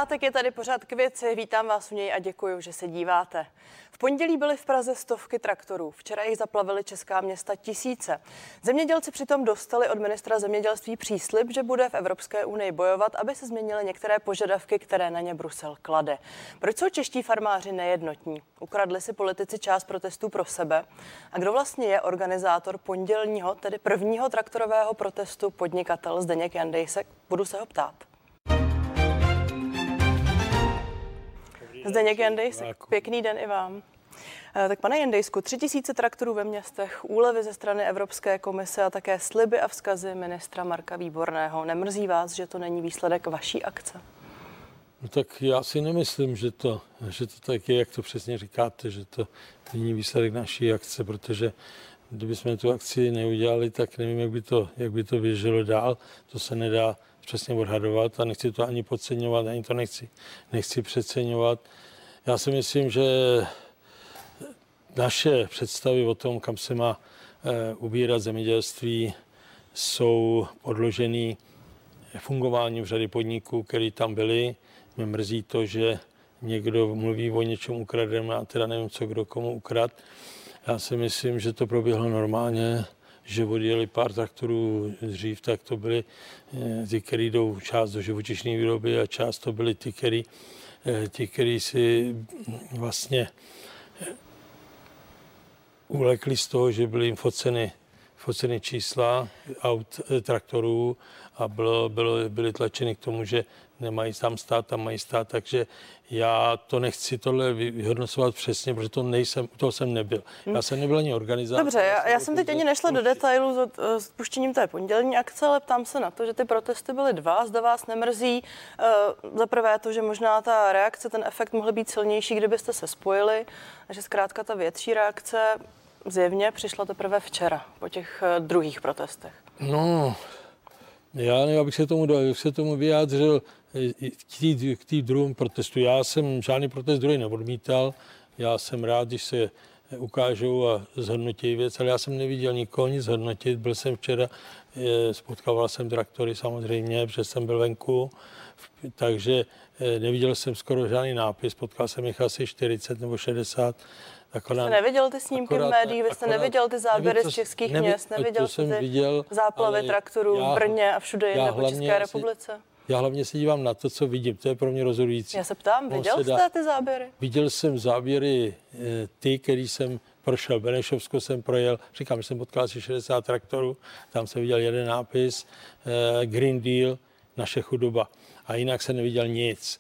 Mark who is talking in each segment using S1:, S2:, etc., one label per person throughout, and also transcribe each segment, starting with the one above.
S1: pátek je tady pořád k věci, vítám vás u něj a děkuji, že se díváte. V pondělí byly v Praze stovky traktorů, včera jich zaplavily česká města tisíce. Zemědělci přitom dostali od ministra zemědělství příslib, že bude v Evropské unii bojovat, aby se změnily některé požadavky, které na ně Brusel klade. Proč jsou čeští farmáři nejednotní? Ukradli si politici část protestů pro sebe? A kdo vlastně je organizátor pondělního, tedy prvního traktorového protestu, podnikatel Zdeněk Jandejsek? Budu se ho ptát. Zdeněk Jandejsek, pěkný den i vám. Tak pane Jandejsku, 3000 traktorů ve městech, úlevy ze strany Evropské komise a také sliby a vzkazy ministra Marka Výborného. Nemrzí vás, že to není výsledek vaší akce?
S2: No tak já si nemyslím, že to tak je, jak to přesně říkáte, že to není výsledek naší akce, protože kdybychom tu akci neudělali, tak nevím, jak by to běželo dál. To se nedá přesně odhadovat a nechci to ani podceňovat, ani to nechci přeceňovat. Já si myslím, že naše představy o tom, kam se má ubírat zemědělství, jsou podložený fungováním řady podniků, které tam byly. Mě mrzí to, že někdo mluví o něčem ukradem a teda nevím, co kdo komu ukrad. Já si myslím, že to proběhlo normálně, že odjeli pár traktorů dřív, tak to byly ty, které jdou část do živočišné výroby a část to byly ty, který si vlastně ulekli z toho, že byly jim foceny čísla aut traktorů a byly tlačeny k tomu, že nemají tam stát, tam mají stát, takže já to nechci tohle vyhodnocovat přesně, protože toho jsem nebyl. Já jsem nebyl ani organizátor.
S1: Dobře, já jsem teď ani nešla do detailů s puštěním té pondělní akce, ale ptám se na to, že ty protesty byly dva, zda vás nemrzí. Za prvé to, že možná ta reakce, ten efekt mohl být silnější, kdybyste se spojili, a že zkrátka ta větší reakce zjevně přišla teprve včera, po těch druhých protestech.
S2: No, já bych se tomu vyjádřil k té druhém protestu. Já jsem žádný protest druhý neodmítal. Já jsem rád, když se ukážou a zhodnotí věc, ale já jsem neviděl nikoho nic zhodnotit. Byl jsem včera, spotkával jsem traktory samozřejmě, protože jsem byl venku, takže neviděl jsem skoro žádný nápis. Potkal jsem jich asi 40 nebo 60.
S1: Vy jste neviděl ty snímky v médiích, vy jste neviděl ty záběry z českých měst, neviděl jste ty záplavy traktorů v Brně a všude jinde po České republice?
S2: Já hlavně se dívám na to, co vidím, to je pro mě rozhodující.
S1: Já se ptám, viděl jste ty záběry?
S2: Viděl jsem záběry ty, který jsem prošel, Benešovsko jsem projel, říkám, že jsem potkal asi 60 traktorů, tam jsem viděl jeden nápis, Green Deal, naše chudoba, a jinak jsem neviděl nic.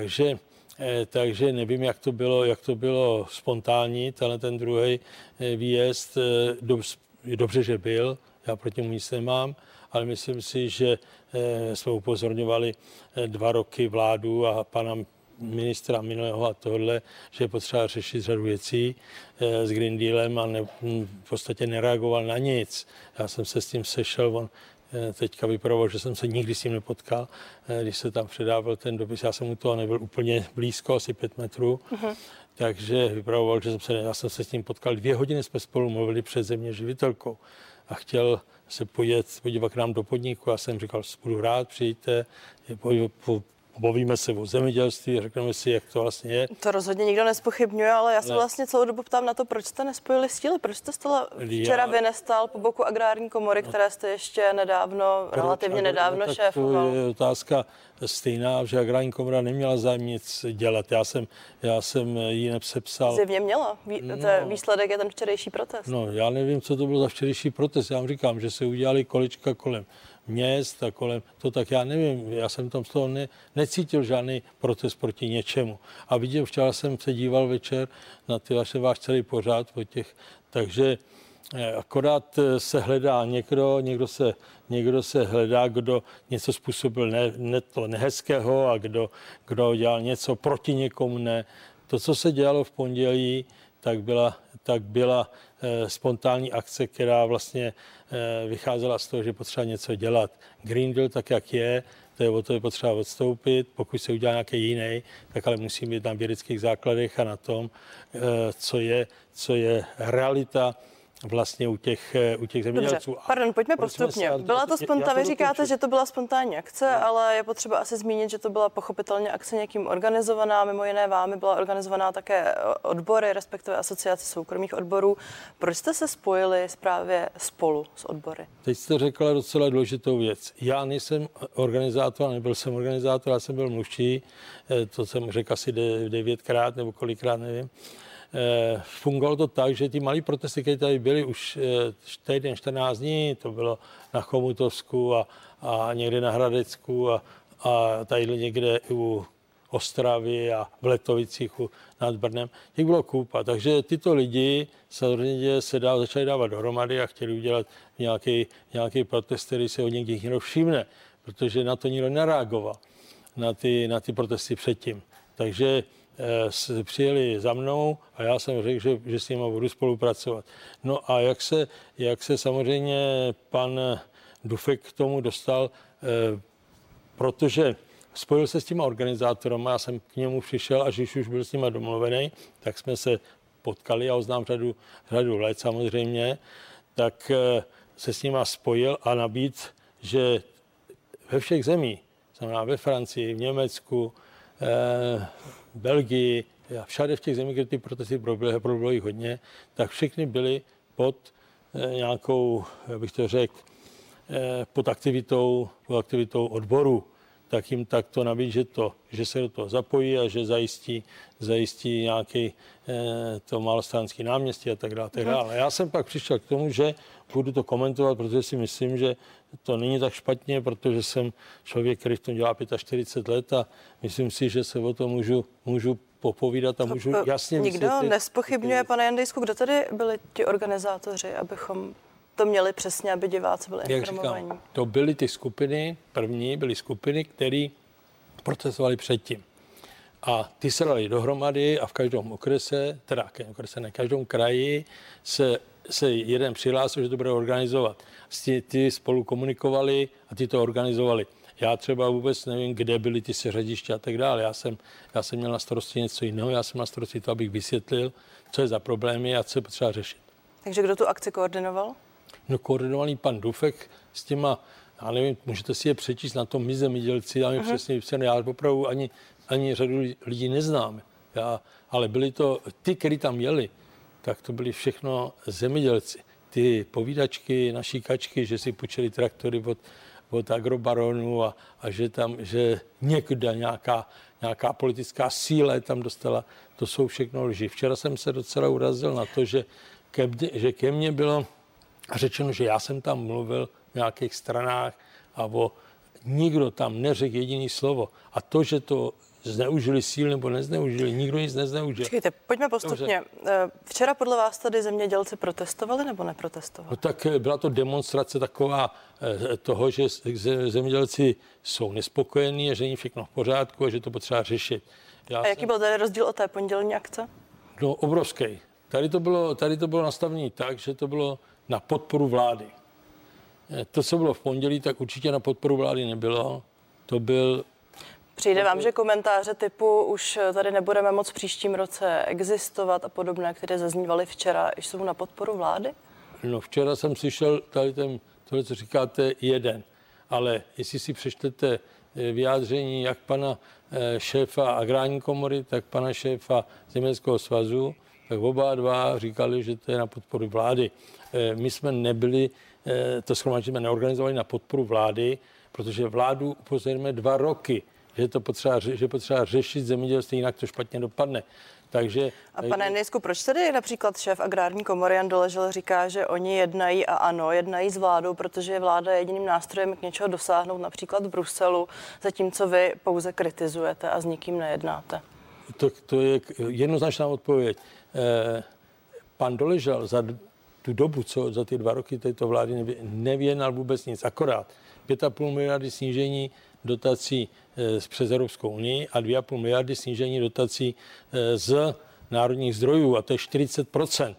S2: Takže nevím, jak to bylo spontánní, ten druhý výjezd, dobře, že byl, já proti němu nic nemám, ale myslím si, že jsme upozorňovali 2 roky vládu a pana ministra minulého a tohle, že je potřeba řešit řadu věcí s Green Dealem a v podstatě nereagoval na nic. Já jsem se s tím sešel, on teďka vypravoval, že jsem se nikdy s ním nepotkal, když se tam předával ten dopis. Já jsem u toho nebyl úplně blízko, asi 5 metrů, takže vypravoval, že já jsem se s ním potkal. 2 hodiny jsme spolu mluvili před země živitelkou a chtěl se podívat k nám do podniku. Já jsem říkal, budu rád, přijďte, bavíme se o zemědělství, řekneme si, jak to vlastně je.
S1: To rozhodně nikdo nezpochybňuje, ale já se vlastně celou dobu ptám na to, proč jste nespojili síly, proč jste včera vynestal po boku agrární komory, které jste ještě relativně nedávno šéfoval.
S2: To je otázka stejná, že agrární komora neměla zájem nic dělat. Já jsem ji nepsepsal.
S1: Zjevně měla. Výsledek je ten včerejší protest.
S2: No, já nevím, co to byl za včerejší protest. Já vám říkám, že se udělali kolečka kolem měst a kolem to, tak já nevím, já jsem tam z toho necítil žádný protest proti něčemu. A viděl, včera jsem se díval večer na váš celý pořád takže akorát se hledá někdo se hledá, kdo něco způsobil nehezkého a kdo dělal něco proti někomu ne. To, co se dělalo v pondělí, tak byla spontánní akce, která vlastně vycházela z toho, že potřeba něco dělat. Green Deal tak, jak je, to je potřeba odstoupit, pokud se udělá nějaký jiný, tak ale musí být na vědeckých základech a na tom, co je realita vlastně u těch zemědělců.
S1: Dobře, pardon, pojďme postupně. Byla to spontánní, vy říkáte, že to byla spontánní akce, ale je potřeba asi zmínit, že to byla pochopitelně akce někým organizovaná, mimo jiné vámi byla organizovaná také odbory, respektive asociace soukromých odborů. Proč jste se spojili právě spolu s odbory?
S2: Teď jste řekla docela důležitou věc. Já nejsem organizátor, nebyl jsem organizátor, já jsem byl mluvčí, to jsem řekl asi 9krát nebo kolikrát, nevím. Fungovalo to tak, že ty malé protesty, které tady byly už týden, 14 dní, to bylo na Chomutovsku a někde na Hradecku a tady někde u Ostravy a v Letovicích nad Brnem, těch bylo kůpa. Takže tyto lidi samozřejmě začali dávat dohromady a chtěli udělat nějaký protest, který se od někdo všimne, protože na to nikdo nereagoval, na ty protesty předtím. Takže přijeli za mnou a já jsem řekl, že s nimi budu spolupracovat. No a jak se samozřejmě pan Dufek k tomu dostal, protože spojil se s těma organizátorama, já jsem k němu přišel a když už byl s nima domluvený, tak jsme se potkali, já ho znám řadu let samozřejmě, tak se s nima spojil a nabídl, že ve všech zemích, znamená ve Francii, v Německu, Belgii a všade v těch zemích, kde ty protesty proběhlo jich hodně, tak všechny byly pod nějakou, jak bych to řekl, pod aktivitou odboru. Tak jim takto nabídl, že se do toho zapojí a že zajistí nějaký to Malostranský náměstí a tak dále. Já jsem pak přišel k tomu, že budu to komentovat, protože si myslím, že to není tak špatně, protože jsem člověk, který v tom dělá 45 let a myslím si, že se o tom můžu popovídat a můžu jasně vysvětlit.
S1: Nikdo nespochybňuje, pane Jandejsku, kdo tady byli ti organizátoři, abychom to měli přesně, aby diváci byli informovaní?
S2: To byly ty skupiny, byly skupiny, které protestovali předtím. A ty se dali dohromady a v každém okrese, každém kraji se jeden přihlásil, že to bude organizovat. Ty spolu komunikovali a ty to organizovali. Já třeba vůbec nevím, kde byly ty seřadiště a tak dále. Já jsem měl na starosti něco jiného, já jsem na starosti to, abych vysvětlil, co je za problémy a co je potřeba řešit.
S1: Takže kdo tu akci koordinoval?
S2: No, koordinovaný pan Dufek s těma, já nevím, můžete si je přečíst na tom my zemědělci, já mi přesně vypsané, já opravdu ani řadu lidí neznám. Ale byli to ty, kteří tam jeli, tak to byli všechno zemědělci. Ty povídačky, naší kačky, že si půjčili traktory od agrobaronu a že někde nějaká politická síla tam dostala, to jsou všechno lži. Včera jsem se docela urazil na to, že ke mně bylo řečeno, že já jsem tam mluvil v nějakých stranách a nikdo tam neřekl jediný slovo. A to, že to zneužili síl nebo nezneužili, nikdo nic nezneužil.
S1: Čekajte, pojďme postupně. Včera podle vás tady zemědělci protestovali nebo neprotestovali?
S2: No tak byla to demonstrace taková toho, že zemědělci jsou nespokojení a že není všechno v pořádku a že to potřeba řešit.
S1: A jaký byl tady rozdíl od té pondělní akce?
S2: No obrovský. Tady to bylo nastavené tak, že to bylo na podporu vlády. To, co bylo v pondělí, tak určitě na podporu vlády nebylo.
S1: Přijde vám, že komentáře typu už tady nebudeme moc v příštím roce existovat a podobné, které zaznívaly včera, jsou na podporu vlády?
S2: No včera jsem slyšel tohle, co říkáte, jeden. Ale jestli si přečtete vyjádření jak pana šéfa agrární komory, tak pana šéfa Zemědělského svazu, tak oba dva říkali, že to je na podporu vlády. My jsme nebyli, to shromáždění jsme neorganizovali na podporu vlády, protože vládu upozorňujeme 2 roky, že je potřeba řešit zemědělství, jinak to špatně dopadne.
S1: Pane Jandejsku, proč tedy například šéf agrární komory Jan Doležel říká, že oni jednají a ano, jednají s vládou, protože vláda je jediným nástrojem, jak něčeho dosáhnout, například v Bruselu, zatímco vy pouze kritizujete a s nikým nejednáte?
S2: To je jednoznačná odpověď. Pan Doležel za tu dobu, za ty 2 roky této vlády nevyjednal vůbec nic, akorát 5,5 miliardy snížení dotací přes Evropskou unii a 2,5 miliardy snížení dotací z národních zdrojů, a to je 40%.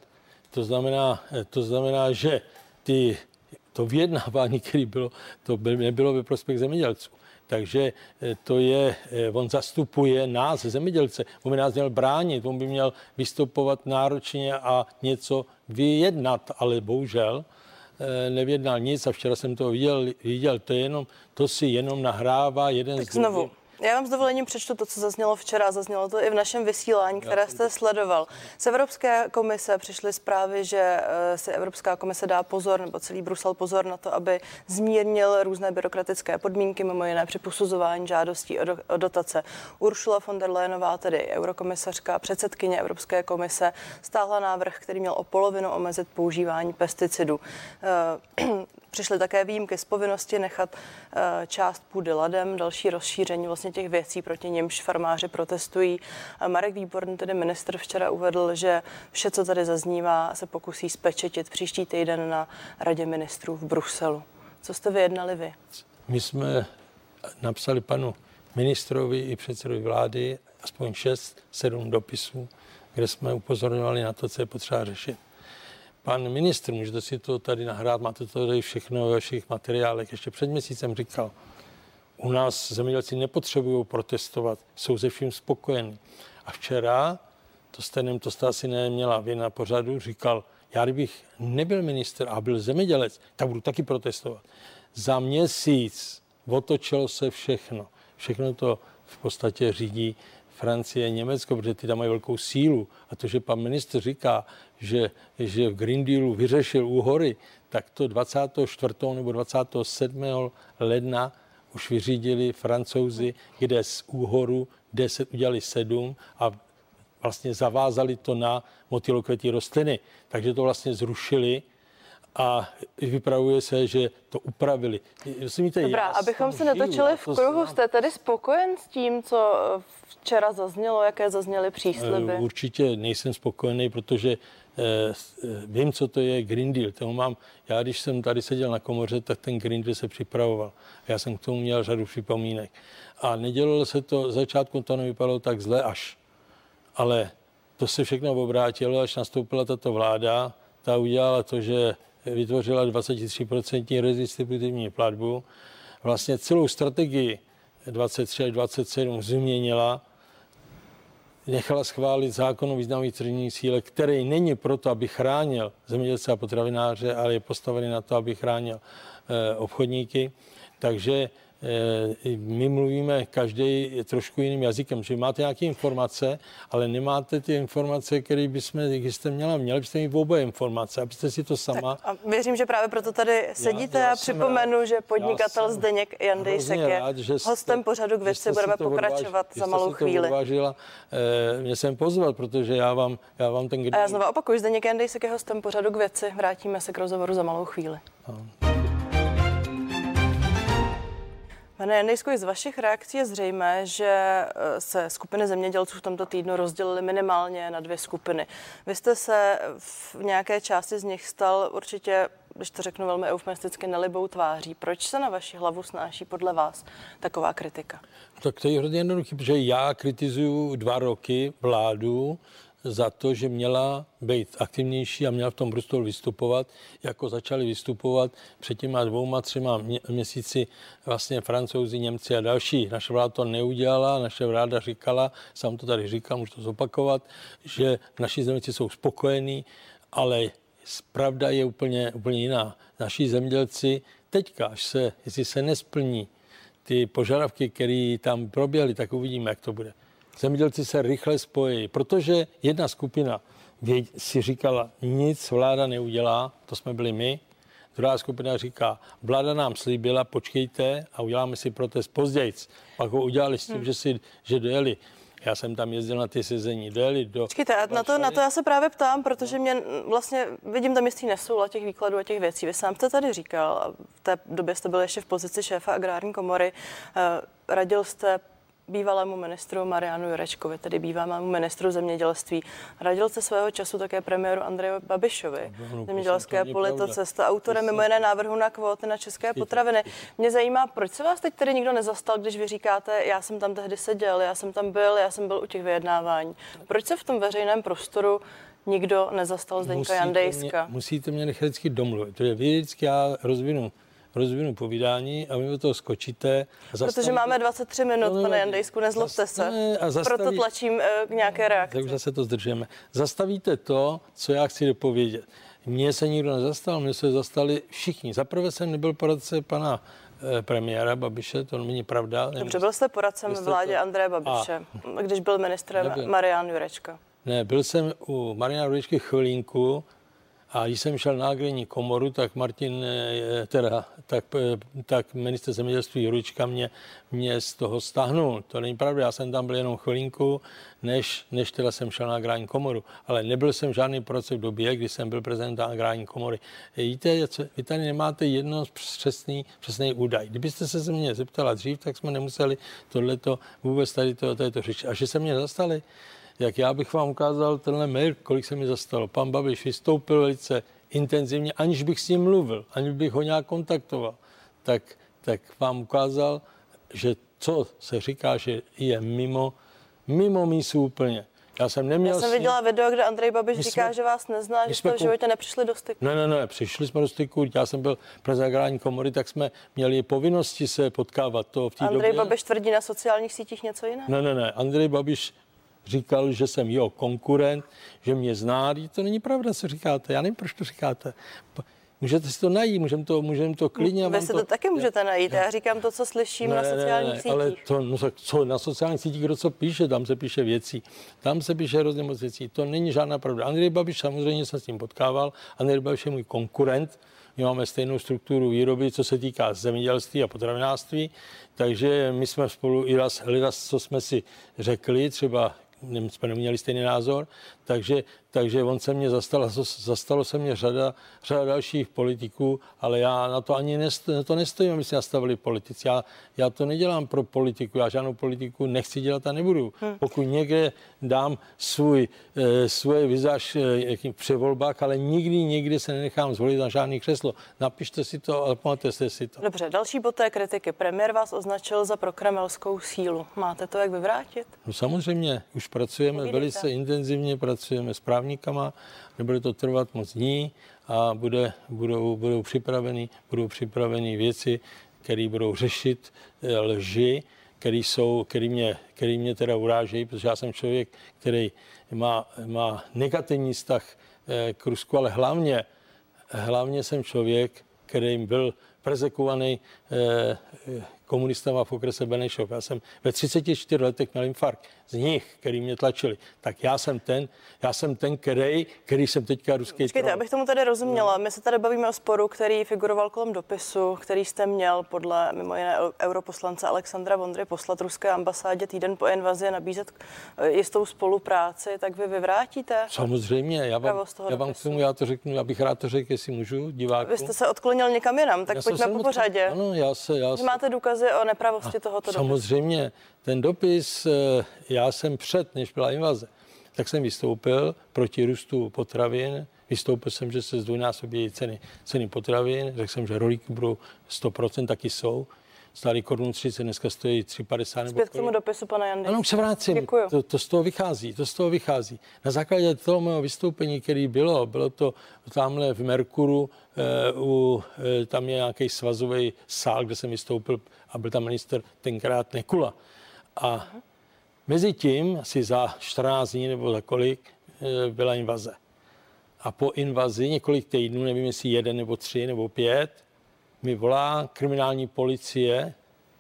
S2: To znamená, že to vyjednávání, které bylo, to nebylo ve prospěch zemědělců. Takže to je, on zastupuje nás, zemědělce. On by nás měl bránit, on by měl vystupovat náročně a něco vyjednat, ale bohužel nevyjednal nic a včera jsem to viděl, to si jenom nahrává jeden
S1: tak
S2: z druhých.
S1: Znovu. Já vám s dovolením přečtu to, co zaznělo včera, zaznělo to i v našem vysílání, které jste sledoval. Z Evropské komise přišly zprávy, že si Evropská komise dá pozor, nebo celý Brusel pozor na to, aby zmírnil různé byrokratické podmínky, mimo jiné při posuzování žádostí o dotace. Ursula von der Leyenová, tedy eurokomisařka, předsedkyně Evropské komise, stáhla návrh, který měl o polovinu omezit používání pesticidů. Přišly také výjimky z povinnosti nechat část půdy ladem, další rozšíření vlastně těch věcí, proti nimž farmáři protestují. Marek Výborný, tedy ministr, včera uvedl, že vše, co tady zaznívá, se pokusí spečetit příští týden na Radě ministrů v Bruselu. Co jste vyjednali vy?
S2: My jsme napsali panu ministrovi i předsedovi vlády aspoň 6-7 dopisů, kde jsme upozorňovali na to, co je potřeba řešit. Pan ministr, můžete si to tady nahrát, máte to tady všechno ve všech materiálech. Ještě před měsícem říkal, u nás zemědělci nepotřebují protestovat, jsou se vším spokojení. A včera, to jste asi neměla vy na pořadu, říkal, já kdybych nebyl ministr a byl zemědělec, tak budu taky protestovat. Za měsíc otočilo se všechno. Všechno to v podstatě řídí Francie, Německo, protože ty tam mají velkou sílu. A to, že pan ministr říká, že v Green Dealu vyřešil úhory, tak to 24. nebo 27. ledna už vyřídili Francouzi, kde z úhoru 10 udělali 7 a vlastně zavázali to na motylokvětí rostliny. Takže to vlastně zrušili a vypravuje se, že to upravili.
S1: Dobrá, abychom se netočili v kruhu, jste tedy spokojen s tím, co včera zaznělo, jaké zazněly přísliby?
S2: Určitě nejsem spokojený, protože vím, co to je Green Deal. Já když jsem tady seděl na komoře, tak ten Green Deal se připravoval. Já jsem k tomu měl řadu připomínek. A nedělalo se to, začátku to nevypadalo tak zle až. Ale to se všechno obrátilo, až nastoupila tato vláda. Ta udělala to, že vytvořila 23% redistributivní platbu. Vlastně celou strategii 23 až 27 změnila, nechala schválit zákon o významné tržní síle, který není proto, aby chránil zemědělce a potravináře, ale je postavený na to, aby chránil obchodníky. Takže my mluvíme každý trošku jiným jazykem, že máte nějaké informace, ale nemáte ty informace, které byste měli byste mít oboje informace, abyste si to sama...
S1: Tak a věřím, že právě proto tady sedíte a připomenu, že podnikatel Zdeněk Jandejsek je hostem pořadu K věci, budeme pokračovat za malou chvíli.
S2: Mě sem pozvat, protože já vám ten...
S1: A já znovu opakuju, Zdeněk Jandejsek je hostem pořadu K věci, vrátíme se k rozhovoru za malou chvíli. Pane Jandejsku, z vašich reakcí je zřejmé, že se skupiny zemědělců v tomto týdnu rozdělily minimálně na 2 skupiny. Vy jste se v nějaké části z nich stal určitě, když to řeknu velmi eufemisticky, nelibou tváří. Proč se na vaši hlavu snáší podle vás taková kritika? Tak
S2: to je hrozně jednoduché, protože já kritizuju 2 roky vládu za to, že měla být aktivnější a měla v tom Bruselu vystupovat, jako začali vystupovat před těma 2-3 měsíci vlastně Francouzi, Němci a další. Naše vláda to neudělala, naše vláda říkala, sám to tady říkám, můžu to zopakovat, že naši zemědělci jsou spokojení, ale pravda je úplně jiná. Naši zemědělci teďka, jestli se nesplní ty požadavky, které tam proběhly, tak uvidíme, jak to bude. Zemědělci se rychle spojí, protože jedna skupina si říkala, nic vláda neudělá, to jsme byli my. Druhá skupina říká, vláda nám slíbila, počkejte a uděláme si protest později. Pak ho udělali s tím, že dojeli. Já jsem tam jezdil na ty sezení, dojeli do...
S1: Počkejte, na to já se právě ptám, protože mě vlastně vidím tam jistý nesoulad těch výkladů a těch věcí. Vy sám jste tady říkal, a v té době jste byl ještě v pozici šéfa agrární komory, radil jste bývalému ministru Marianu Jurečkovi, tedy bývalému ministru zemědělství. Radil se svého času také premiéru Andreji Babišovi. Zemědělské politice, jste autorem mimo jiné návrhu na kvóty na české potraviny. Mě zajímá, proč se vás teď tedy nikdo nezastal, když vy říkáte, já jsem tam tehdy seděl, já jsem tam byl, já jsem byl u těch vyjednávání. Proč se v tom veřejném prostoru nikdo nezastal Zdeňka Jandejska?
S2: Musíte mě nechat vždycky domluvit, protože vždycky já rozvinu rozvinu povídání a vy do toho skočíte.
S1: Protože máme 23 minut, pane Jandejsku, nezlobte se. Proto tlačím k nějaké reakci.
S2: Takže se to zdržíme. Zastavíte to, co já chci dopovědět. Mně se nikdo nezastal, mě se zastali všichni. Zaprvé jsem nebyl poradce pana premiéra Babiše, to není pravda.
S1: Dobře, byl jste poradcem vládě Andreje Babiše, když byl ministrem Marian Jurečka.
S2: Ne, byl jsem u Mariana Jurečky chvilinku a když jsem šel na agregátní komoru, tak Martin, tak ministr zemědělství Jurečka mě z toho stáhnul. To není pravda, já jsem tam byl jenom chvilinku, než teda jsem šel na agrární komoru. Ale nebyl jsem žádný poradce v době, kdy jsem byl prezidentem agrární komory. Víte, vy tady nemáte jedno přesný údaj. Kdybyste se mě zeptala dřív, tak jsme nemuseli tohleto vůbec tady to řešit. A že se mě zastali, jak já bych vám ukázal tenhle mail, kolik se mi zastalo. Pan Babiš vystoupil velice intenzivně, aniž bych s ním mluvil, aniž bych ho nějak kontaktoval, tak vám ukázal, že co se říká, že je mimo mísu úplně. Já jsem
S1: viděla video, kde Andrej Babiš říká, že vás nezná, že jste v životě nepřišli do styku.
S2: Ne, přišli jsme do styku. Já jsem byl prezident agrární komory, tak jsme měli povinnosti se potkávat. To v té
S1: Andrej Babiš tvrdí na sociálních sítích něco jiného?
S2: Ne. Andrej Babiš říkal, že jsem jeho konkurent, že mě zná. To není pravda, co říkáte. Já nevím, proč to říkáte. Můžete si to najít, můžeme to klidně.
S1: Vy si to taky můžete najít. Já říkám to, co slyším na sociálních sítích.
S2: Ale co na sociálních sítích, kdo co píše, tam se píše věcí. Tam se píše hrozně moc věcí. To není žádná pravda. Andrej Babiš, samozřejmě jsem s tím potkával. Andrej Babiš je můj konkurent. My máme stejnou strukturu výroby, co se týká zemědělství a potravinářství. Takže my jsme spolu i raz, co jsme si řekli, třeba jsme neměli stejný názor, takže on se mě zastalo se mě řada dalších politiků, ale já na to ani nestojím, aby si nastavili politici. Já to nedělám pro politiku, já žádnou politiku nechci dělat a nebudu. Pokud někde dám svoje vizáž při volbách, ale nikdy se nenechám zvolit na žádný křeslo. Napište si to a pamatujte si to.
S1: Dobře, další bod té kritiky. Premiér vás označil za prokremelskou sílu. Máte to jak vyvrátit?
S2: No samozřejmě, už pracujeme velice intenzivně, pracujeme s právníkama, nebude to trvat moc dní a budou připraveny věci, které budou řešit lži, který mě teda urážejí, protože já jsem člověk, který má negativní vztah k Rusku, ale hlavně jsem člověk, který byl perzekovaný komunistama v okrese Benešov. Já jsem ve 34 letech měl infarkt z nich, který mě tlačili. Tak já jsem ten, který jsem teďka ruský.
S1: Počkejte, abych tomu tady rozuměla. My se tady bavíme o sporu, který figuroval kolem dopisu, který jste měl podle mimo jiné europoslance Alexandra Vondry poslat ruské ambasádě týden po invazi nabízet jistou spolupráci, tak vy vyvrátíte?
S2: Samozřejmě, já vám k tomu to řeknu, abych rád to řekl, jestli můžu, divákům.
S1: Vy jste se odklonil někam jinam, tak pojďme po pořadě.
S2: Ano,
S1: máte důkazy o nepravosti tohoto dopisu?
S2: Samozřejmě, ten dopis, já jsem než byla invaze, tak jsem vystoupil proti růstu potravin. Vystoupil jsem, že se zdvojnásobí ceny potravin. Řekl jsem, že rohlíky budou 100%, taky jsou. Stály korunu 30, dneska stojí 3,50.
S1: Zpět k tomu dopisu, pane Jandejsku.
S2: Ano, už se vrátím. To z toho vychází. Na základě toho mého vystoupení, který bylo to tamhle v Merkuru, tam je nějaký svazový sál, kde jsem vystoupil a byl tam minister tenkrát Nekula. A mezi tím, asi za 14 dní nebo za kolik, byla invaze. A po invazi několik týdnů, nevím jestli 1 nebo 3 nebo 5, mi volá kriminální policie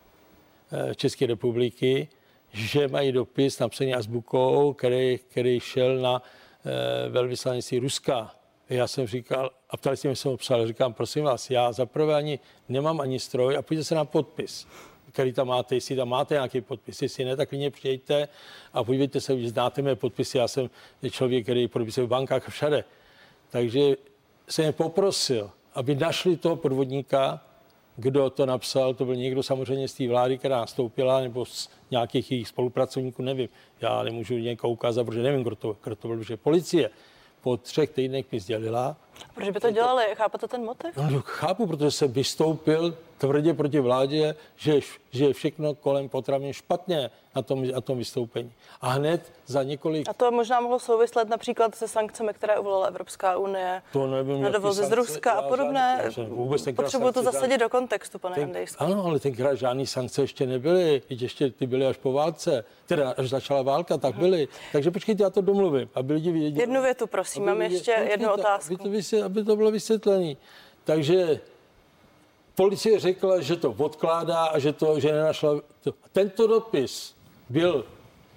S2: České republiky, že mají dopis napsaný azbukou, který šel na velvyslanectví Ruska. Já jsem říkal, a ptali se mi, jsem ho psal, říkám, prosím vás, já zaprvé nemám ani stroj a pojďte se na podpis, který tam máte, jestli tam máte nějaký podpis, jestli ne, tak klidně přijďte a podívejte se, když znáte mé podpisy, já jsem člověk, který podpisuje v bankách a všade. Takže jsem je poprosil, aby našli toho podvodníka, kdo to napsal, to byl někdo samozřejmě z té vlády, která nastoupila, nebo z nějakých jejich spolupracovníků, nevím. Já nemůžu někoho ukázat, protože nevím, kdo to byl, protože policie po 3 týdnech mi sdělila.
S1: Proč by to dělali? Chápete ten motiv?
S2: No, chápu, protože jsem vystoupil tvrdě proti vládě, že je všechno kolem potravin špatně na tom vystoupení. A hned za několik...
S1: A to možná mohlo souvislet například se sankcemi, které uvolila Evropská unie na dovozy z Ruska a podobné. Potřebuji to zasadit do kontextu, pane Jandejsku.
S2: Ano, ale tenkrát žádný sankce ještě nebyly. Ještě ty byly až po válce. Teda až začala válka, tak byly. Takže počkejte, já to domluvím, aby lidi věděli.
S1: Jednu větu, prosím, mám ještě jednu otázku.
S2: Aby to bylo vysvětlené. Takže policie řekla, že to odkládá a že nenašla... Tento dopis byl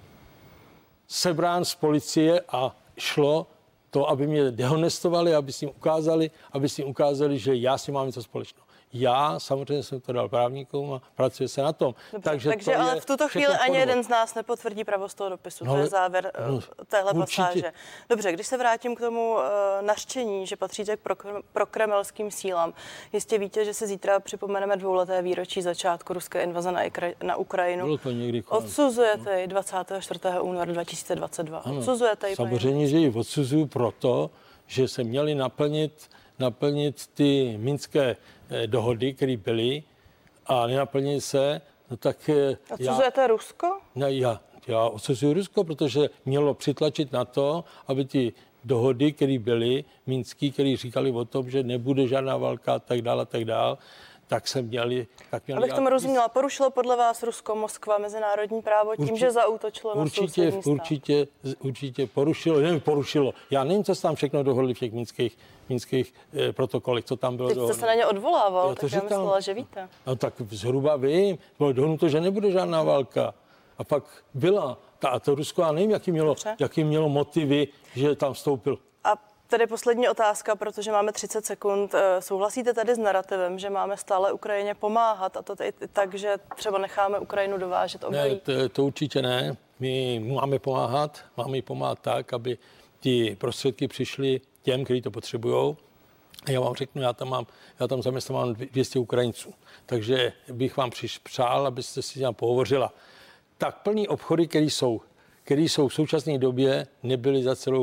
S2: sebrán z policie a šlo to, aby mě dehonestovali, aby si jim ukázali, že já si mám něco společného. Já samozřejmě jsem to dal právníkům a pracuje se na tom.
S1: Dobře, takže ale v tuto chvíli ani jeden z nás nepotvrdí pravost toho dopisu. To je závěr téhle pasáže. Dobře, když se vrátím k tomu nařčení, že patříte k prokremelským sílám. Jistě víte, že se zítra připomeneme 2leté výročí začátku ruské invaze na Ukrajinu.
S2: Bylo to někdy
S1: odsuzujete ji 24. února 2022. Odsuzujete ji.
S2: Samozřejmě, že ji odsuzuju proto, že se měli naplnit ty minské dohody, které byly a nenaplnily se, no tak...
S1: Odsuzujete Rusko?
S2: Ne, já odsuzuju Rusko, protože mělo přitlačit na to, aby ty dohody, které byly minský, které říkali o tom, že nebude žádná válka a tak dále, tak se měli...
S1: Abych tomu rozuměla, porušilo podle vás Rusko, Moskva mezinárodní právo tím, že zaútočilo na sousední stát?
S2: Určitě porušilo. Já nevím, co se tam všechno dohodli v těch minských protokolech, co tam bylo dohodnuto.
S1: Teď jste se na ně odvolával, tak já myslela, že víte.
S2: No tak zhruba vím, bylo dohodnuto, že nebude žádná válka. A pak byla. A to Rusko, já nevím, jaký mělo motivy, že tam vstoupil.
S1: A tedy poslední otázka, protože máme 30 sekund. Souhlasíte tady s narrativem, že máme stále Ukrajině pomáhat a to tak, že třeba necháme Ukrajinu dovážet obilí?
S2: Ne, to určitě ne. My máme jí pomáhat tak, aby ty prostředky přišly těm, kteří to potřebují. Já vám řeknu, já tam zaměstnávám 200 Ukrajinců. Takže bych vám přál, abyste si tam pohovořila. Tak plný obchody, které jsou v současné době, nebyly za celou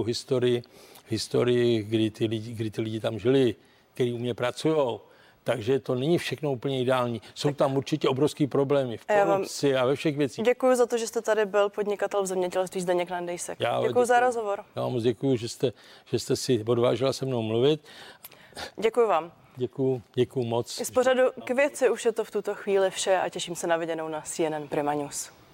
S2: historii, kdy ty lidi tam žili, kteří u mě pracují. Takže to není všechno úplně ideální. Jsou tam určitě obrovský problémy v korupci a ve všech věcích.
S1: Děkuji za to, že jste tady byl, podnikatel v zemědělství Zdeněk Nandejsek. Děkuji za rozhovor.
S2: Já vám moc děkuji, že jste si odvážila se mnou mluvit.
S1: Děkuji vám.
S2: Děkuji moc.
S1: Z pořadu K věci už je to v tuto chvíli vše a těším se na viděnou na CNN Prima News.